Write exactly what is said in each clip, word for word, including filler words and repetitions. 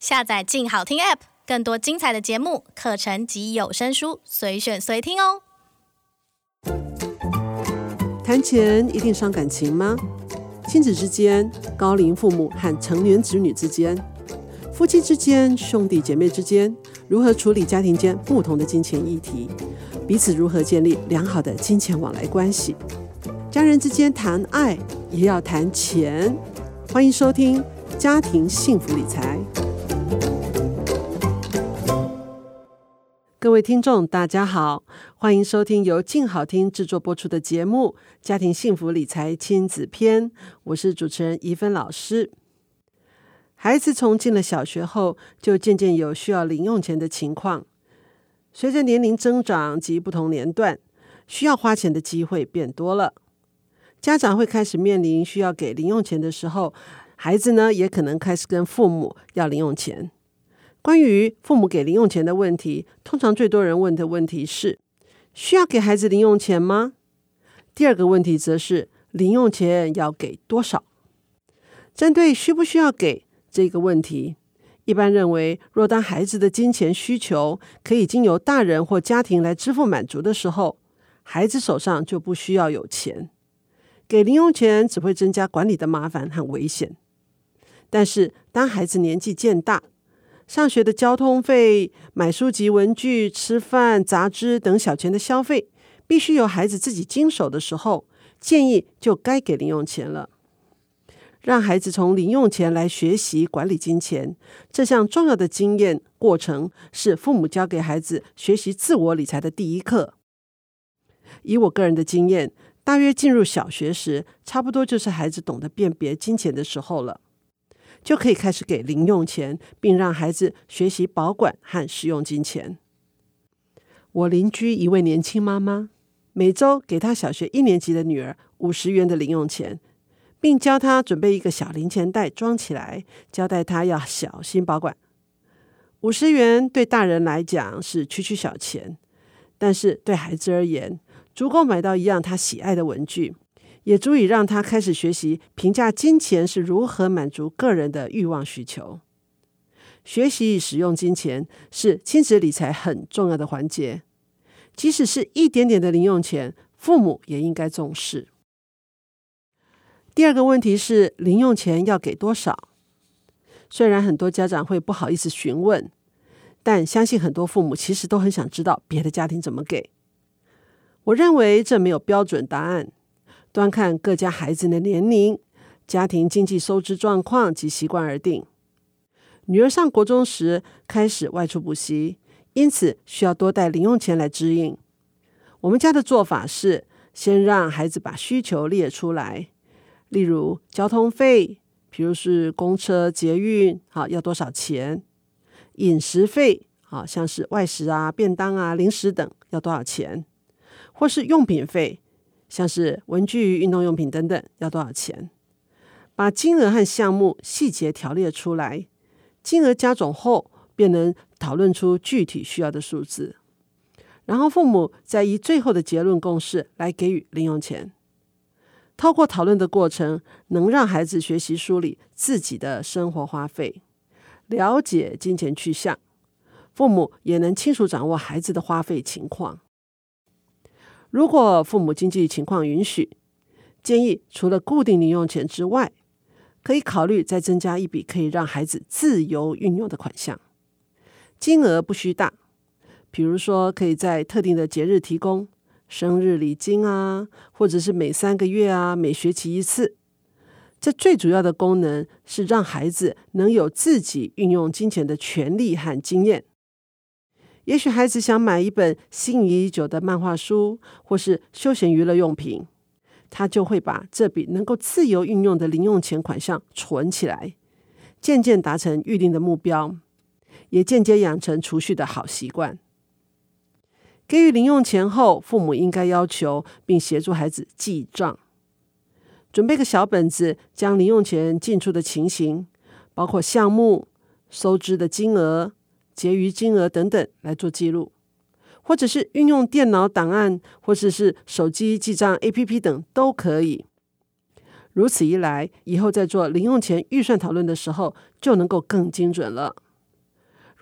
下载静好听 App， 更多精彩的节目、课程及有声书，随选随听哦。 谈钱一定伤感情吗？亲子之间、高龄父母和成年子女之间、夫妻之间、兄弟姐妹之间，如何处理家庭间不同的金钱议题？彼此如何建立良好的金钱往来关系？家人之间谈爱，也要谈钱。欢迎收听《家庭幸福理财》。各位听众大家好，欢迎收听由静好听制作播出的节目《家庭幸福理财亲子篇》，我是主持人怡芬老师。孩子从进了小学后，就渐渐有需要零用钱的情况。随着年龄增长及不同年段，需要花钱的机会变多了。家长会开始面临需要给零用钱的时候，孩子呢也可能开始跟父母要零用钱。关于父母给零用钱的问题，通常最多人问的问题是：需要给孩子零用钱吗？第二个问题则是零用钱要给多少？针对需不需要给这个问题，一般认为，若当孩子的金钱需求可以经由大人或家庭来支付满足的时候，孩子手上就不需要有钱。给零用钱只会增加管理的麻烦和危险。但是当孩子年纪渐大，上学的交通费、买书籍文具、吃饭、杂志等小钱的消费必须由孩子自己经手的时候，建议就该给零用钱了。让孩子从零用钱来学习管理金钱，这项重要的经验过程是父母教给孩子学习自我理财的第一课。以我个人的经验，大约进入小学时，差不多就是孩子懂得辨别金钱的时候了，就可以开始给零用钱，并让孩子学习保管和使用金钱。我邻居一位年轻妈妈，每周给她小学一年级的女儿五十元的零用钱，并教她准备一个小零钱袋装起来，交代她要小心保管。五十元对大人来讲是区区小钱，但是对孩子而言，足够买到一样他喜爱的文具，也足以让他开始学习评价金钱是如何满足个人的欲望需求。学习使用金钱是亲子理财很重要的环节，即使是一点点的零用钱，父母也应该重视。第二个问题是零用钱要给多少？虽然很多家长会不好意思询问，但相信很多父母其实都很想知道别的家庭怎么给。我认为这没有标准答案，端看各家孩子的年龄、家庭经济收支状况及习惯而定。女儿上国中时开始外出补习，因此需要多带零用钱来支应。我们家的做法是先让孩子把需求列出来，例如交通费，比如是公车、捷运，好，要多少钱？饮食费，好，像是外食啊、便当啊、零食等，要多少钱？或是用品费，像是文具、运动用品等等，要多少钱？把金额和项目细节条列出来，金额加总后，便能讨论出具体需要的数字。然后父母再以最后的结论共识来给予零用钱。透过讨论的过程，能让孩子学习梳理自己的生活花费，了解金钱去向，父母也能清楚掌握孩子的花费情况。如果父母经济情况允许，建议除了固定零用钱之外，可以考虑再增加一笔可以让孩子自由运用的款项。金额不需大，比如说可以在特定的节日提供，生日礼金啊，或者是每三个月啊，每学期一次。这最主要的功能是让孩子能有自己运用金钱的权利和经验。也许孩子想买一本心仪已久的漫画书，或是休闲娱乐用品，他就会把这笔能够自由运用的零用钱款项存起来，渐渐达成预定的目标，也间接养成储蓄的好习惯。给予零用钱后，父母应该要求并协助孩子记账，准备个小本子，将零用钱进出的情形，包括项目、收支的金额、结余金额等等来做记录，或者是运用电脑档案，或者是手机记账 A P P 等都可以。如此一来，以后在做零用钱预算讨论的时候，就能够更精准了。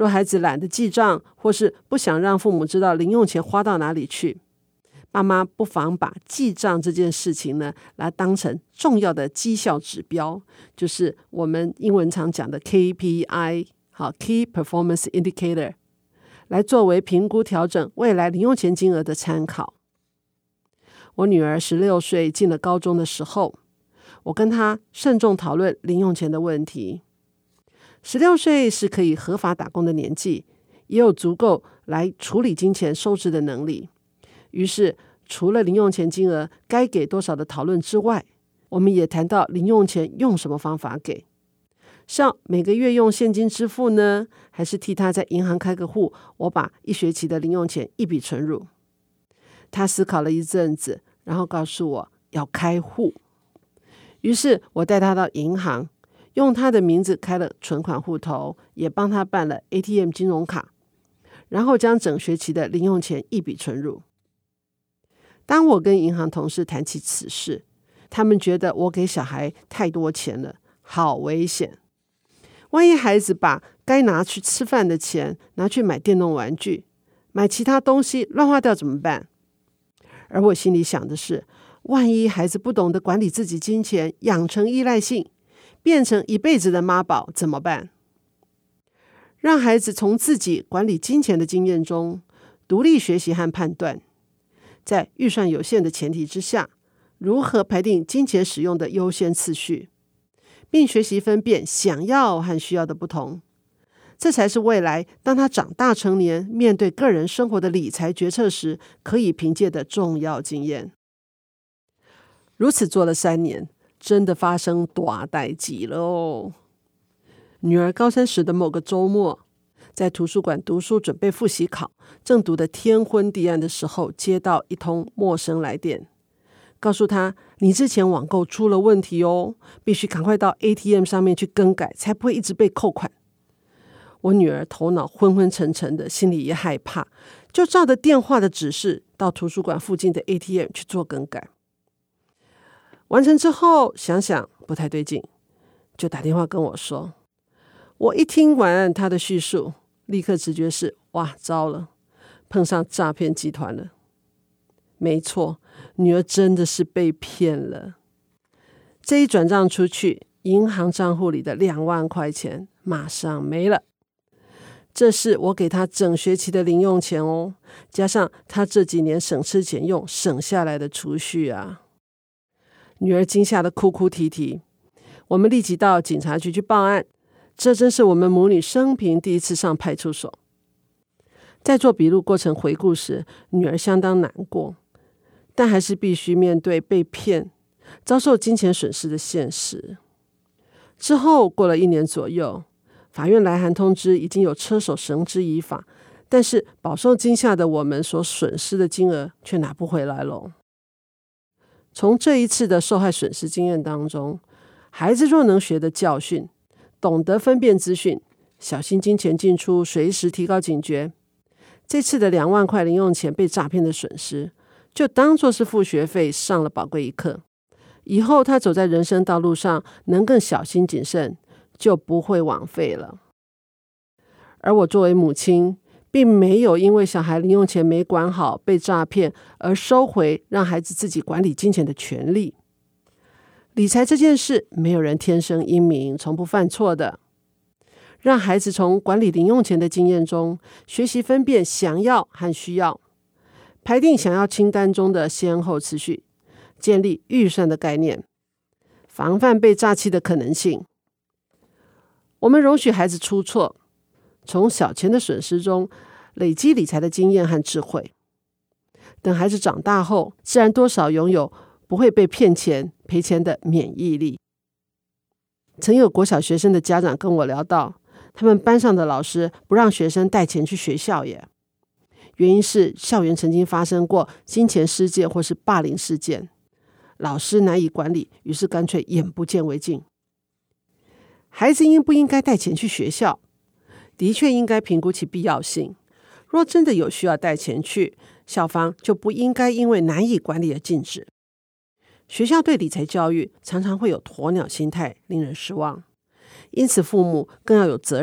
若孩子懒得记账，或是不想让父母知道零用钱花到哪里去，爸妈不妨把记账这件事情呢，来当成重要的绩效指标，就是我们英文常讲的 K P I， 好 Key Performance Indicator， 来作为评估调整未来零用钱金额的参考。我女儿十六岁进了高中的时候，我跟她慎重讨论零用钱的问题。十六岁是可以合法打工的年纪，也有足够来处理金钱收支的能力。于是除了零用钱金额该给多少的讨论之外，我们也谈到零用钱用什么方法给，像每个月用现金支付呢，还是替他在银行开个户，我把一学期的零用钱一笔存入。他思考了一阵子，然后告诉我要开户。于是我带他到银行，用他的名字开了存款户头，也帮他办了 A T M 金融卡，然后将整学期的零用钱一笔存入。当我跟银行同事谈起此事，他们觉得我给小孩太多钱了，好危险。万一孩子把该拿去吃饭的钱拿去买电动玩具，买其他东西乱花掉怎么办？而我心里想的是，万一孩子不懂得管理自己金钱，养成依赖性，变成一辈子的妈宝怎么办？让孩子从自己管理金钱的经验中独立学习和判断，在预算有限的前提之下，如何排定金钱使用的优先次序，并学习分辨想要和需要的不同。这才是未来当他长大成年，面对个人生活的理财决策时可以凭借的重要经验。如此做了三年，真的发生大代志了哦。女儿高三时的某个周末，在图书馆读书准备复习考，正读得天昏地暗的时候，接到一通陌生来电，告诉她你之前网购出了问题哦，必须赶快到 A T M 上面去更改，才不会一直被扣款。我女儿头脑昏昏沉沉的，心里也害怕，就照着电话的指示到图书馆附近的 A T M 去做更改。完成之后想想不太对劲，就打电话跟我说。我一听完他的叙述，立刻直觉是哇，糟了，碰上诈骗集团了。没错，女儿真的是被骗了。这一转账出去，银行账户里的两万块钱马上没了。这是我给他整学期的零用钱哦，加上他这几年省吃俭用省下来的储蓄啊。女儿惊吓得哭哭啼啼，我们立即到警察局去报案。这真是我们母女生平第一次上派出所。在做笔录过程回顾时，女儿相当难过，但还是必须面对被骗、遭受金钱损失的现实。之后过了一年左右，法院来函通知已经有车手绳之以法，但是饱受惊吓的我们所损失的金额却拿不回来了。从这一次的受害损失经验当中，孩子若能学的教训，懂得分辨资讯，小心金钱进出，随时提高警觉，这次的两万块零用钱被诈骗的损失，就当作是付学费上了宝贵一课。以后他走在人生道路上，能更小心谨慎，就不会枉费了。而我作为母亲，并没有因为小孩零用钱没管好被诈骗而收回让孩子自己管理金钱的权利。理财这件事，没有人天生英明，从不犯错的。让孩子从管理零用钱的经验中，学习分辨想要和需要，排定想要清单中的先后次序，建立预算的概念，防范被诈欺的可能性。我们容许孩子出错，从小钱的损失中累积理财的经验和智慧。等孩子长大后，自然多少拥有不会被骗钱赔钱的免疫力。曾有国小学生的家长跟我聊到，他们班上的老师不让学生带钱去学校耶，原因是校园曾经发生过金钱失窃或是霸凌事件，老师难以管理，于是干脆眼不见为净。孩子应不应该带钱去学校，的确应该评估其必要性。若真的有需要带钱去，校方就不应该因为难以管理而禁止。学校对理财教育常常会有鸵鸟心态，令人失望。因此父母更要有责任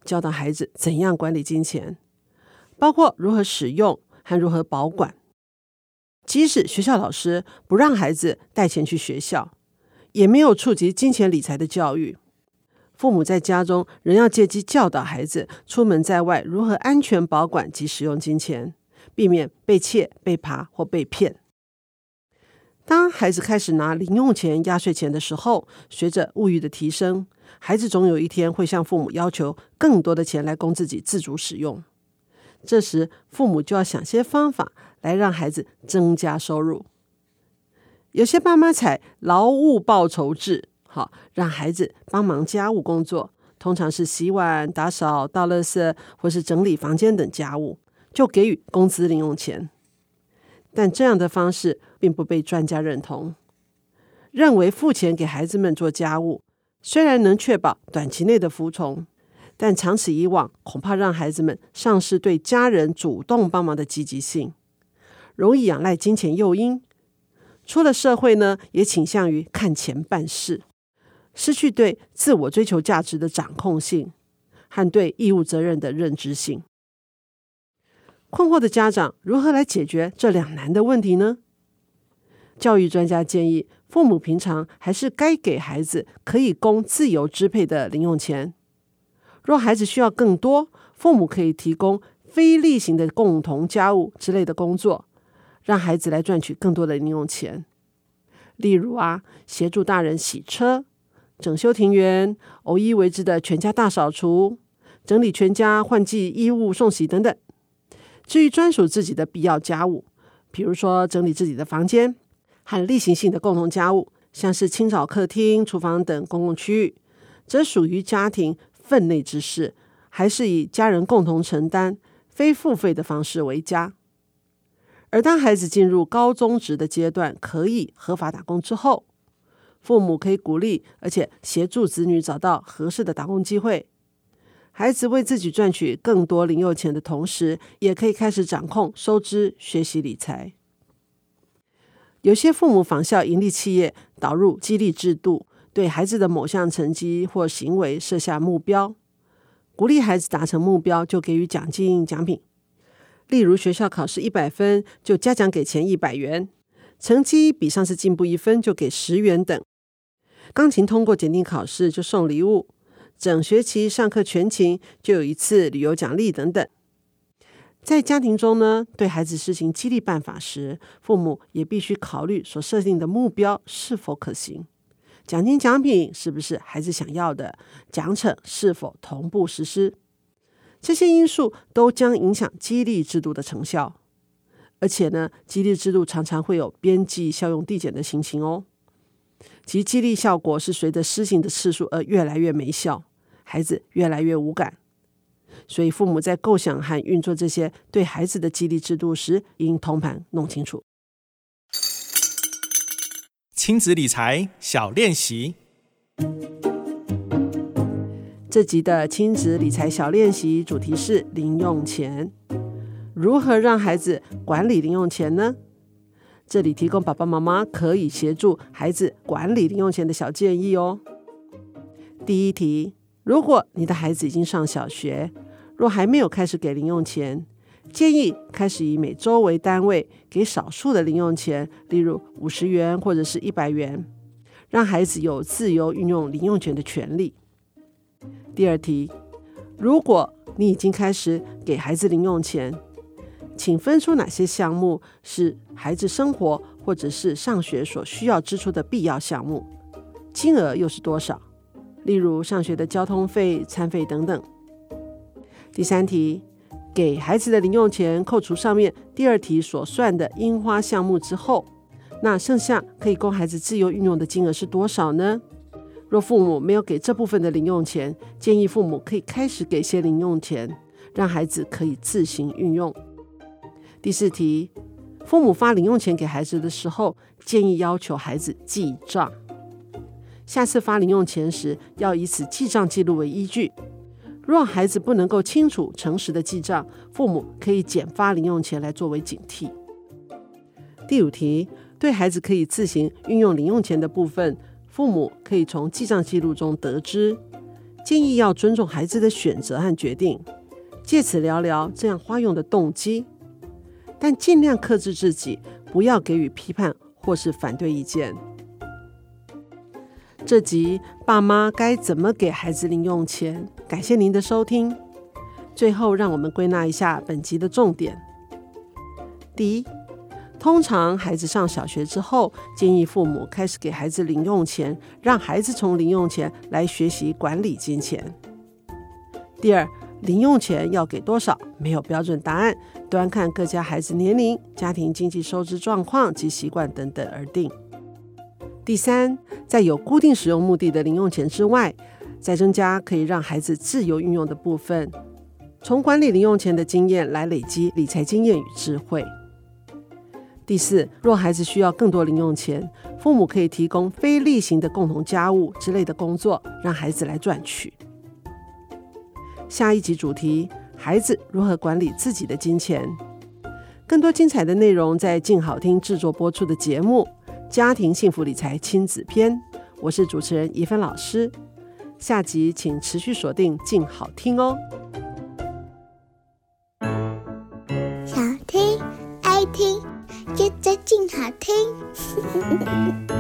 教导孩子怎样管理金钱，包括如何使用和如何保管。即使学校老师不让孩子带钱去学校，也没有触及金钱理财的教育，父母在家中仍要借机教导孩子出门在外如何安全保管及使用金钱，避免被窃、被扒或被骗。当孩子开始拿零用钱、压岁钱的时候，随着物欲的提升，孩子总有一天会向父母要求更多的钱来供自己自主使用。这时，父母就要想些方法来让孩子增加收入。有些爸妈采劳务报酬制，好，让孩子帮忙家务工作，通常是洗碗、打扫、倒垃圾或是整理房间等家务，就给予工资零用钱。但这样的方式并不被专家认同，认为付钱给孩子们做家务，虽然能确保短期内的服从，但长此以往，恐怕让孩子们丧失对家人主动帮忙的积极性，容易仰赖金钱诱因。出了社会呢，也倾向于看钱办事，失去对自我追求价值的掌控性和对义务责任的认知性。困惑的家长如何来解决这两难的问题呢？教育专家建议，父母平常还是该给孩子可以供自由支配的零用钱。若孩子需要更多，父母可以提供非例行的共同家务之类的工作，让孩子来赚取更多的零用钱。例如啊，协助大人洗车、整修庭园、偶一为之的全家大扫除、整理全家换季衣物送洗等等。至于专属自己的必要家务，比如说整理自己的房间和例行性的共同家务，像是清扫客厅、厨房等公共区域，则属于家庭分内之事，还是以家人共同承担、非付费的方式为佳。而当孩子进入高中职的阶段，可以合法打工之后，父母可以鼓励而且协助子女找到合适的打工机会。孩子为自己赚取更多零用钱的同时，也可以开始掌控收支、学习理财。有些父母仿效盈利企业，导入激励制度，对孩子的某项成绩或行为设下目标，鼓励孩子达成目标就给予奖金奖品。例如学校考试一百分就嘉奖给钱一百元，成绩比上次进步一分就给十元等。钢琴通过检定考试就送礼物，整学期上课全勤就有一次旅游奖励等等。在家庭中呢，对孩子实行激励办法时，父母也必须考虑所设定的目标是否可行，奖金奖品是不是孩子想要的，奖惩是否同步实施。这些因素都将影响激励制度的成效。而且呢，激励制度常常会有边际效用递减的情形哦。其激励效果是随着施行的次数而越来越没效，孩子越来越无感。所以父母在构想和运作这些对孩子的激励制度时，应通盘弄清楚。 亲子理财小练习， 这集的亲子理财小练习主题是零用钱。如何让孩子管理零用钱呢？这里提供爸爸妈妈可以协助孩子管理零用钱的小建议哦。第一题，如果你的孩子已经上小学，若还没有开始给零用钱，建议开始以每周为单位，给少数的零用钱，例如五十元或者是一百元，让孩子有自由运用零用钱的权利。第二题，如果你已经开始给孩子零用钱，请分出哪些项目是孩子生活或者是上学所需要支出的必要项目，金额又是多少？例如上学的交通费、餐费等等。第三题，给孩子的零用钱扣除上面第二题所算的应花项目之后，那剩下可以供孩子自由运用的金额是多少呢？若父母没有给这部分的零用钱，建议父母可以开始给些零用钱，让孩子可以自行运用。第四题，父母发零用钱给孩子的时候，建议要求孩子记账。下次发零用钱时，要以此记账记录为依据。若孩子不能够清楚诚实的记账，父母可以减发零用钱来作为警惕。第五题，对孩子可以自行运用零用钱的部分，父母可以从记账记录中得知， 建议要尊重孩子的选择和决定，借此聊聊这样花用的动机，但尽量克制自己，不要给予批判或是反对意见。这集爸妈该怎么给孩子零用钱？感谢您的收听。最后，让我们归纳一下本集的重点。第一，通常孩子上小学之后，建议父母开始给孩子零用钱，让孩子从零用钱来学习管理金钱。第二，零用钱要给多少，没有标准答案，端看各家孩子年龄、家庭经济收支状况及习惯等等而定。第三，在有固定使用目的的零用钱之外，再增加可以让孩子自由运用的部分，从管理零用钱的经验来累积理财经验与智慧。第四，若孩子需要更多零用钱，父母可以提供非例行的共同家务之类的工作，让孩子来赚取。下一集主题：孩子如何管理自己的金钱。更多精彩的内容在静好听制作播出的节目《家庭幸福理财亲子篇》，我是主持人怡芬老师。下集请持续锁定静好听哦。 想听爱听就在静好听。